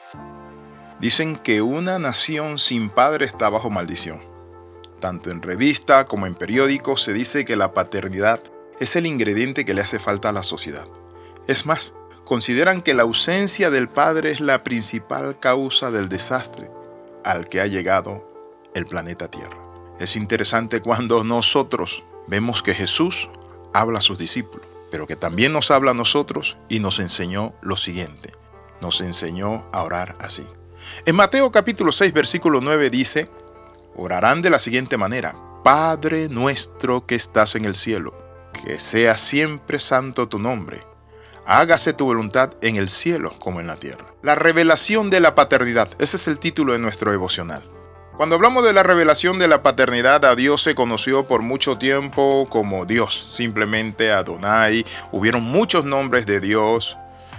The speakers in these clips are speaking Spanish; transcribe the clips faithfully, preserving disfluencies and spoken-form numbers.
Dicen que una nación sin padre está bajo maldición. Tanto en revista como en periódicos se dice que la paternidad es el ingrediente que le hace falta a la sociedad. Es más, consideran que la ausencia del padre es la principal causa del desastre al que ha llegado el planeta Tierra. Es interesante cuando nosotros vemos que Jesús habla a sus discípulos, pero que también nos habla a nosotros y nos enseñó lo siguiente. Nos enseñó a orar así. En Mateo capítulo seis, versículo nueve dice: orarán de la siguiente manera: Padre nuestro que estás en el cielo, que sea siempre santo tu nombre. Hágase tu voluntad en el cielo como en la tierra. La revelación de la paternidad, ese es el título de nuestro devocional. Cuando hablamos de la revelación de la paternidad, a Dios se conoció por mucho tiempo como Dios, simplemente Adonai. Hubieron muchos nombres de Dios,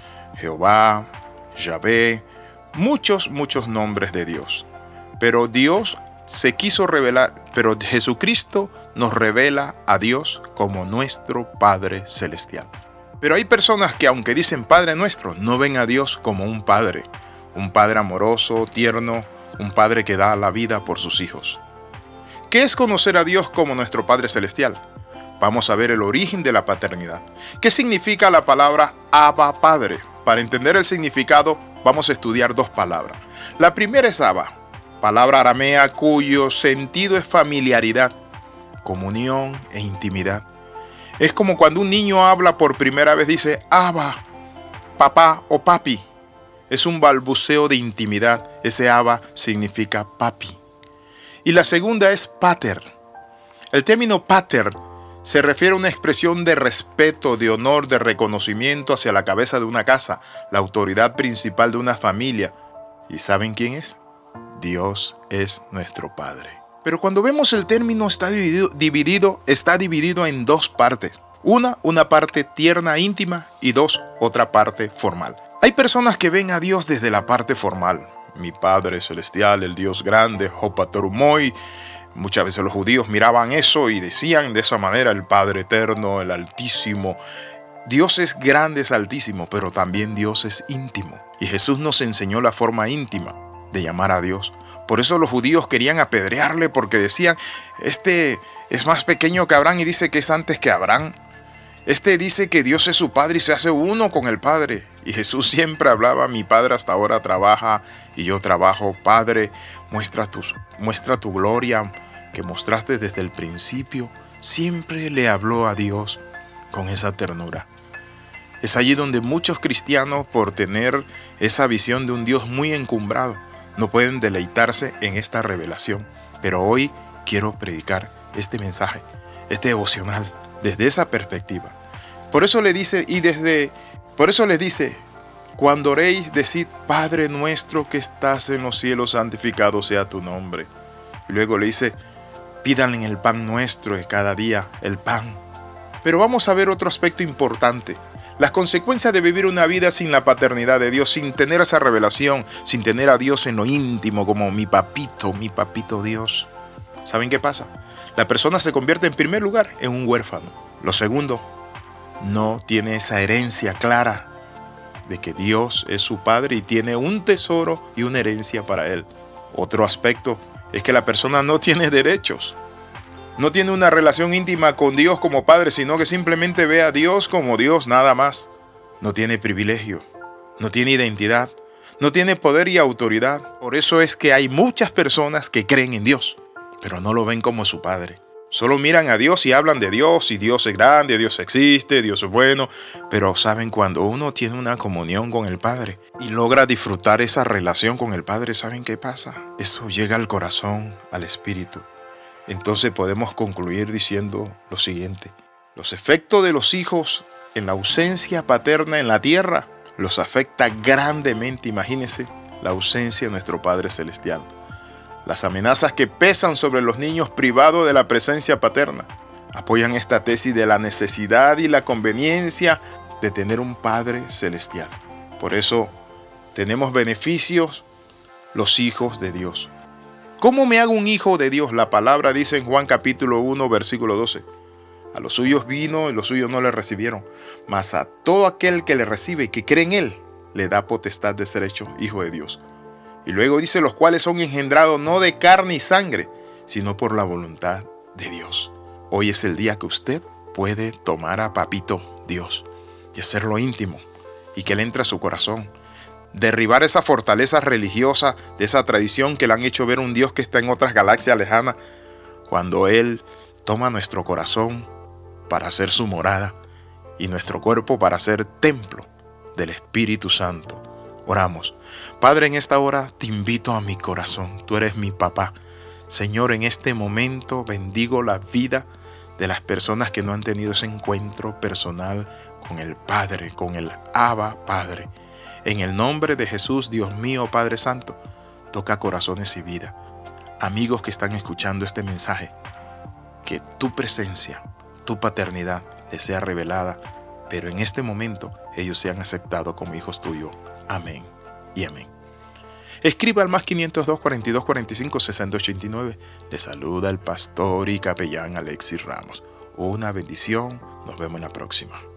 Jehová, Yahvé, muchos, muchos nombres de Dios. Pero Dios se quiso revelar, pero Jesucristo nos revela a Dios como nuestro Padre Celestial. Pero hay personas que, aunque dicen Padre Nuestro, no ven a Dios como un Padre, un Padre amoroso, tierno, un Padre que da la vida por sus hijos. ¿Qué es conocer a Dios como nuestro Padre Celestial? Vamos a ver el origen de la paternidad. ¿Qué significa la palabra Abba Padre? Para entender el significado, vamos a estudiar dos palabras. La primera es Abba, palabra aramea cuyo sentido es familiaridad, comunión e intimidad. Es como cuando un niño habla por primera vez, dice Abba, papá o papi. Es un balbuceo de intimidad. Ese Abba significa papi. Y la segunda es pater. El término pater se refiere a una expresión de respeto, de honor, de reconocimiento hacia la cabeza de una casa, la autoridad principal de una familia. ¿Y saben quién es? Dios es nuestro Padre. Pero cuando vemos el término está dividido, dividido, está dividido en dos partes. Una, una parte tierna, íntima, y dos, otra parte formal. Hay personas que ven a Dios desde la parte formal. Mi Padre Celestial, el Dios grande, Hopatorumoi. Muchas veces los judíos miraban eso y decían de esa manera: el Padre Eterno, el Altísimo. Dios es grande, es altísimo, pero también Dios es íntimo. Y Jesús nos enseñó la forma íntima de llamar a Dios. Por eso los judíos querían apedrearle, porque decían: este es más pequeño que Abraham y dice que es antes que Abraham. Este dice que Dios es su Padre y se hace uno con el Padre. Y Jesús siempre hablaba: mi Padre hasta ahora trabaja y yo trabajo. Padre, muestra, tus, muestra tu gloria que mostraste desde el principio. Siempre le habló a Dios con esa ternura. Es allí donde muchos cristianos, por tener esa visión de un Dios muy encumbrado, no pueden deleitarse en esta revelación. Pero hoy quiero predicar este mensaje, este devocional, desde esa perspectiva. Por eso le dice, y desde, por eso les dice: cuando oréis, decid: Padre nuestro que estás en los cielos, santificado sea tu nombre. Y luego le dice: pidan el pan nuestro de cada día, el pan. Pero vamos a ver otro aspecto importante. Las consecuencias de vivir una vida sin la paternidad de Dios, sin tener esa revelación, sin tener a Dios en lo íntimo como mi papito, mi papito Dios. ¿Saben qué pasa? La persona se convierte en primer lugar en un huérfano. Lo segundo, no tiene esa herencia clara de que Dios es su Padre y tiene un tesoro y una herencia para él. Otro aspecto es que la persona no tiene derechos. No tiene una relación íntima con Dios como Padre, sino que simplemente ve a Dios como Dios, nada más. No tiene privilegio, no tiene identidad, no tiene poder y autoridad. Por eso es que hay muchas personas que creen en Dios, pero no lo ven como su Padre. Solo miran a Dios y hablan de Dios, y Dios es grande, Dios existe, Dios es bueno. Pero saben, cuando uno tiene una comunión con el Padre y logra disfrutar esa relación con el Padre, ¿saben qué pasa? Eso llega al corazón, al espíritu. Entonces podemos concluir diciendo lo siguiente: los efectos de los hijos en la ausencia paterna en la tierra los afecta grandemente. Imagínense la ausencia de nuestro Padre Celestial. Las amenazas que pesan sobre los niños privados de la presencia paterna apoyan esta tesis de la necesidad y la conveniencia de tener un Padre Celestial. Por eso tenemos beneficios los hijos de Dios. ¿Cómo me hago un hijo de Dios? La palabra dice en Juan capítulo uno, versículo doce. A los suyos vino y los suyos no le recibieron. Mas a todo aquel que le recibe y que cree en él, le da potestad de ser hecho hijo de Dios. Y luego dice, los cuales son engendrados no de carne y sangre, sino por la voluntad de Dios. Hoy es el día que usted puede tomar a Papito Dios y hacerlo íntimo y que Él entre a su corazón. Derribar esa fortaleza religiosa de esa tradición que le han hecho ver un Dios que está en otras galaxias lejanas, cuando Él toma nuestro corazón para ser su morada y nuestro cuerpo para ser templo del Espíritu Santo. Oramos. Padre, en esta hora te invito a mi corazón. Tú eres mi papá. Señor, en este momento bendigo la vida de las personas que no han tenido ese encuentro personal con el Padre, con el Abba Padre. En el nombre de Jesús, Dios mío, Padre Santo, toca corazones y vida. Amigos que están escuchando este mensaje, que tu presencia, tu paternidad les sea revelada, pero en este momento ellos sean aceptados como hijos tuyos. Amén y amén. Escriba al más quinientos dos, cuarenta y dos, cuarenta y cinco, sesenta, ochenta y nueve. Le saluda el pastor y capellán Alexis Ramos. Una bendición. Nos vemos en la próxima.